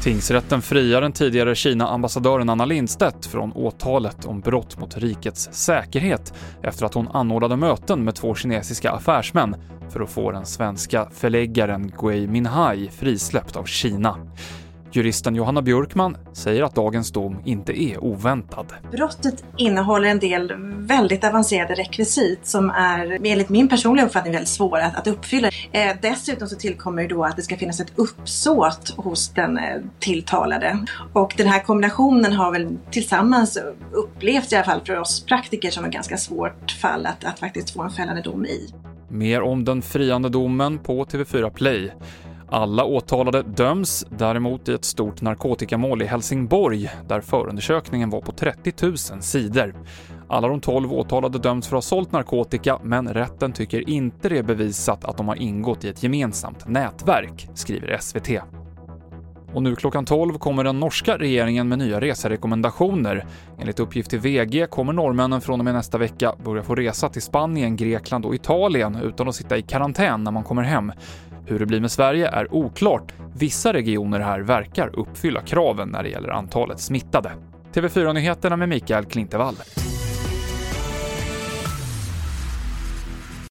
Tingsrätten friar den tidigare Kina-ambassadören Anna Lindstedt från åtalet om brott mot rikets säkerhet efter att hon anordnade möten med 2 kinesiska affärsmän för att få den svenska förläggaren Gui Minhai frisläppt av Kina. Juristen Johanna Björkman säger att dagens dom inte är oväntad. Brottet innehåller en del väldigt avancerade rekvisit som är enligt min personliga uppfattning väldigt svåra att uppfylla. Dessutom så tillkommer ju då att det ska finnas ett uppsåt hos den tilltalade. Och den här kombinationen har väl tillsammans upplevts i alla fall för oss praktiker som ett ganska svårt fall att faktiskt få en fällande dom i. Mer om den friande domen på TV4 Play. Alla åtalade döms däremot i ett stort narkotikamål i Helsingborg där förundersökningen var på 30 000 sidor. Alla de 12 åtalade döms för att ha sålt narkotika, men rätten tycker inte det är bevisat att de har ingått i ett gemensamt nätverk, skriver SVT. Och nu klockan 12 kommer den norska regeringen med nya reserekommendationer. Enligt uppgift till VG kommer norrmännen från och med nästa vecka börja få resa till Spanien, Grekland och Italien utan att sitta i karantän när man kommer hem. Hur det blir med Sverige är oklart. Vissa regioner här verkar uppfylla kraven när det gäller antalet smittade. TV4-nyheterna med Mikael Klintevall.